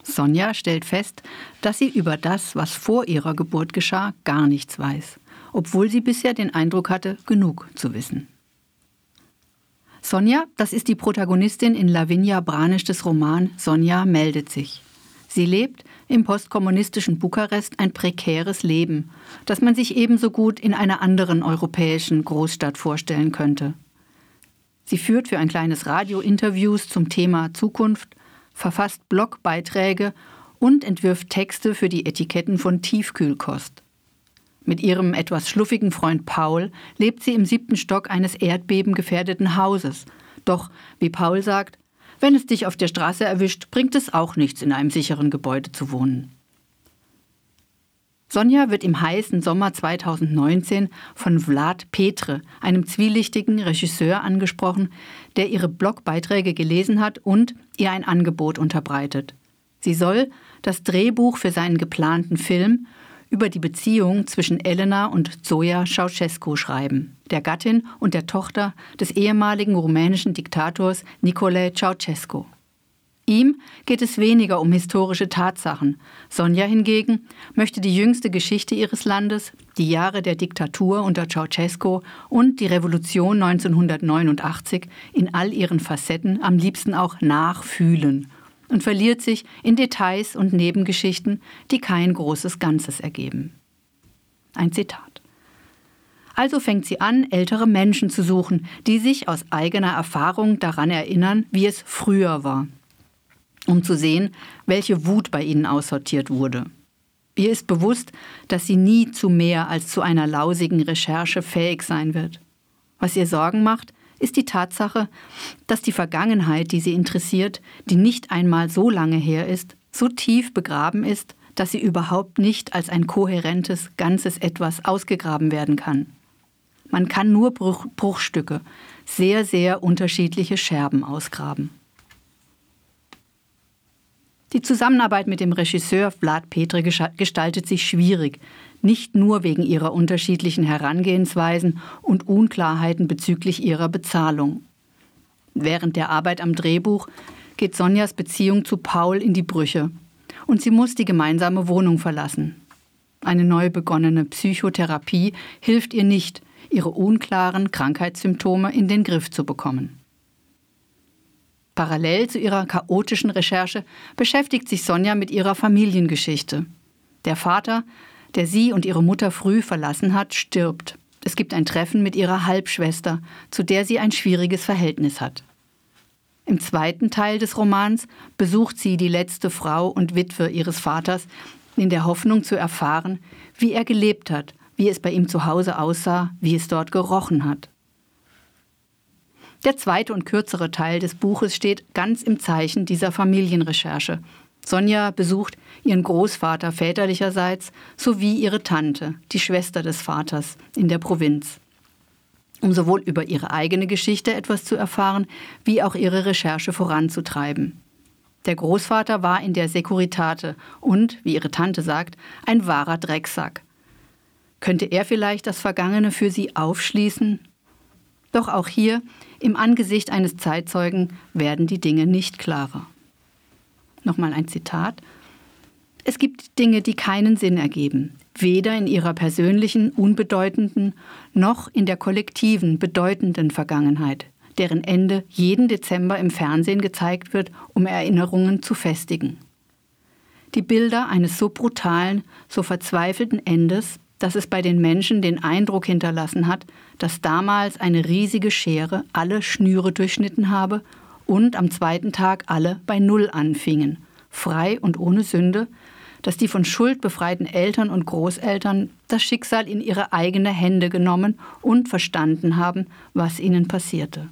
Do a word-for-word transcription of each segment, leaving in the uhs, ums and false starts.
Sonja stellt fest, dass sie über das, was vor ihrer Geburt geschah, gar nichts weiß, obwohl sie bisher den Eindruck hatte, genug zu wissen. Sonja, das ist die Protagonistin in Lavinia Branischtes Roman Sonja meldet sich. Sie lebt im postkommunistischen Bukarest ein prekäres Leben, das man sich ebenso gut in einer anderen europäischen Großstadt vorstellen könnte. Sie führt für ein kleines Radio Interviews zum Thema Zukunft, verfasst Blogbeiträge und entwirft Texte für die Etiketten von Tiefkühlkost. Mit ihrem etwas schluffigen Freund Paul lebt sie im siebten Stock eines erdbebengefährdeten Hauses. Doch, wie Paul sagt, wenn es dich auf der Straße erwischt, bringt es auch nichts, in einem sicheren Gebäude zu wohnen. Sonja wird im heißen Sommer zweitausendneunzehn von Vlad Petre, einem zwielichtigen Regisseur, angesprochen, der ihre Blogbeiträge gelesen hat und ihr ein Angebot unterbreitet. Sie soll das Drehbuch für seinen geplanten Film über die Beziehung zwischen Elena und Zoia Ceausescu schreiben, der Gattin und der Tochter des ehemaligen rumänischen Diktators Nicolae Ceausescu. Ihm geht es weniger um historische Tatsachen. Sonja hingegen möchte die jüngste Geschichte ihres Landes, die Jahre der Diktatur unter Ceausescu und die Revolution neunzehnhundertneunundachtzig in all ihren Facetten am liebsten auch nachfühlen und verliert sich in Details und Nebengeschichten, die kein großes Ganzes ergeben. Ein Zitat. Also fängt sie an, ältere Menschen zu suchen, die sich aus eigener Erfahrung daran erinnern, wie es früher war, um zu sehen, welche Wut bei ihnen aussortiert wurde. Ihr ist bewusst, dass sie nie zu mehr als zu einer lausigen Recherche fähig sein wird. Was ihr Sorgen macht, ist die Tatsache, dass die Vergangenheit, die sie interessiert, die nicht einmal so lange her ist, so tief begraben ist, dass sie überhaupt nicht als ein kohärentes, ganzes Etwas ausgegraben werden kann. Man kann nur Bruch, Bruchstücke, sehr, sehr unterschiedliche Scherben ausgraben. Die Zusammenarbeit mit dem Regisseur Vlad Petre gestaltet sich schwierig, nicht nur wegen ihrer unterschiedlichen Herangehensweisen und Unklarheiten bezüglich ihrer Bezahlung. Während der Arbeit am Drehbuch geht Sonjas Beziehung zu Paul in die Brüche und sie muss die gemeinsame Wohnung verlassen. Eine neu begonnene Psychotherapie hilft ihr nicht, ihre unklaren Krankheitssymptome in den Griff zu bekommen. Parallel zu ihrer chaotischen Recherche beschäftigt sich Sonja mit ihrer Familiengeschichte. Der Vater, der sie und ihre Mutter früh verlassen hat, stirbt. Es gibt ein Treffen mit ihrer Halbschwester, zu der sie ein schwieriges Verhältnis hat. Im zweiten Teil des Romans besucht sie die letzte Frau und Witwe ihres Vaters, in der Hoffnung zu erfahren, wie er gelebt hat, wie es bei ihm zu Hause aussah, wie es dort gerochen hat. Der zweite und kürzere Teil des Buches steht ganz im Zeichen dieser Familienrecherche. Sonja besucht ihren Großvater väterlicherseits sowie ihre Tante, die Schwester des Vaters, in der Provinz, um sowohl über ihre eigene Geschichte etwas zu erfahren, wie auch ihre Recherche voranzutreiben. Der Großvater war in der Securitate und, wie ihre Tante sagt, ein wahrer Drecksack. Könnte er vielleicht das Vergangene für sie aufschließen? Doch auch hier, im Angesicht eines Zeitzeugen, werden die Dinge nicht klarer. Nochmal ein Zitat. Es gibt Dinge, die keinen Sinn ergeben, weder in ihrer persönlichen, unbedeutenden, noch in der kollektiven, bedeutenden Vergangenheit, deren Ende jeden Dezember im Fernsehen gezeigt wird, um Erinnerungen zu festigen. Die Bilder eines so brutalen, so verzweifelten Endes, dass es bei den Menschen den Eindruck hinterlassen hat, dass damals eine riesige Schere alle Schnüre durchschnitten habe und am zweiten Tag alle bei Null anfingen, frei und ohne Sünde, dass die von Schuld befreiten Eltern und Großeltern das Schicksal in ihre eigene Hände genommen und verstanden haben, was ihnen passierte.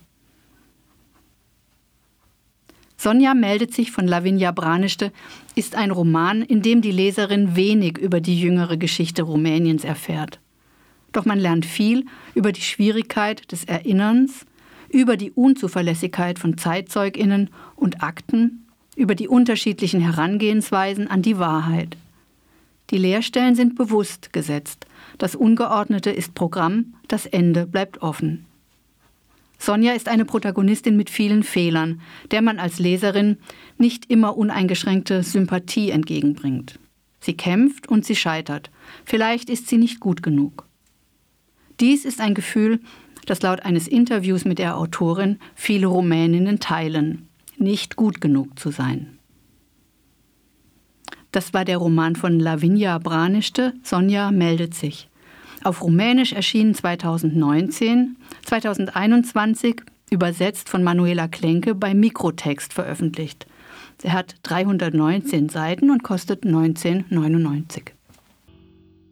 Sonja meldet sich von Lavinia Braniște ist ein Roman, in dem die Leserin wenig über die jüngere Geschichte Rumäniens erfährt. Doch man lernt viel über die Schwierigkeit des Erinnerns, über die Unzuverlässigkeit von ZeitzeugInnen und Akten, über die unterschiedlichen Herangehensweisen an die Wahrheit. Die Leerstellen sind bewusst gesetzt. Das Ungeordnete ist Programm, das Ende bleibt offen. Sonja ist eine Protagonistin mit vielen Fehlern, der man als Leserin nicht immer uneingeschränkte Sympathie entgegenbringt. Sie kämpft und sie scheitert. Vielleicht ist sie nicht gut genug. Dies ist ein Gefühl, das laut eines Interviews mit der Autorin viele Rumäninnen teilen, nicht gut genug zu sein. Das war der Roman von Lavinia Braniște, Sonja meldet sich. Auf Rumänisch erschienen zweitausendneunzehn, zweitausendeinundzwanzig übersetzt von Manuela Klenke bei Mikrotext veröffentlicht. Er hat dreihundertneunzehn Seiten und kostet neunzehn Euro neunundneunzig.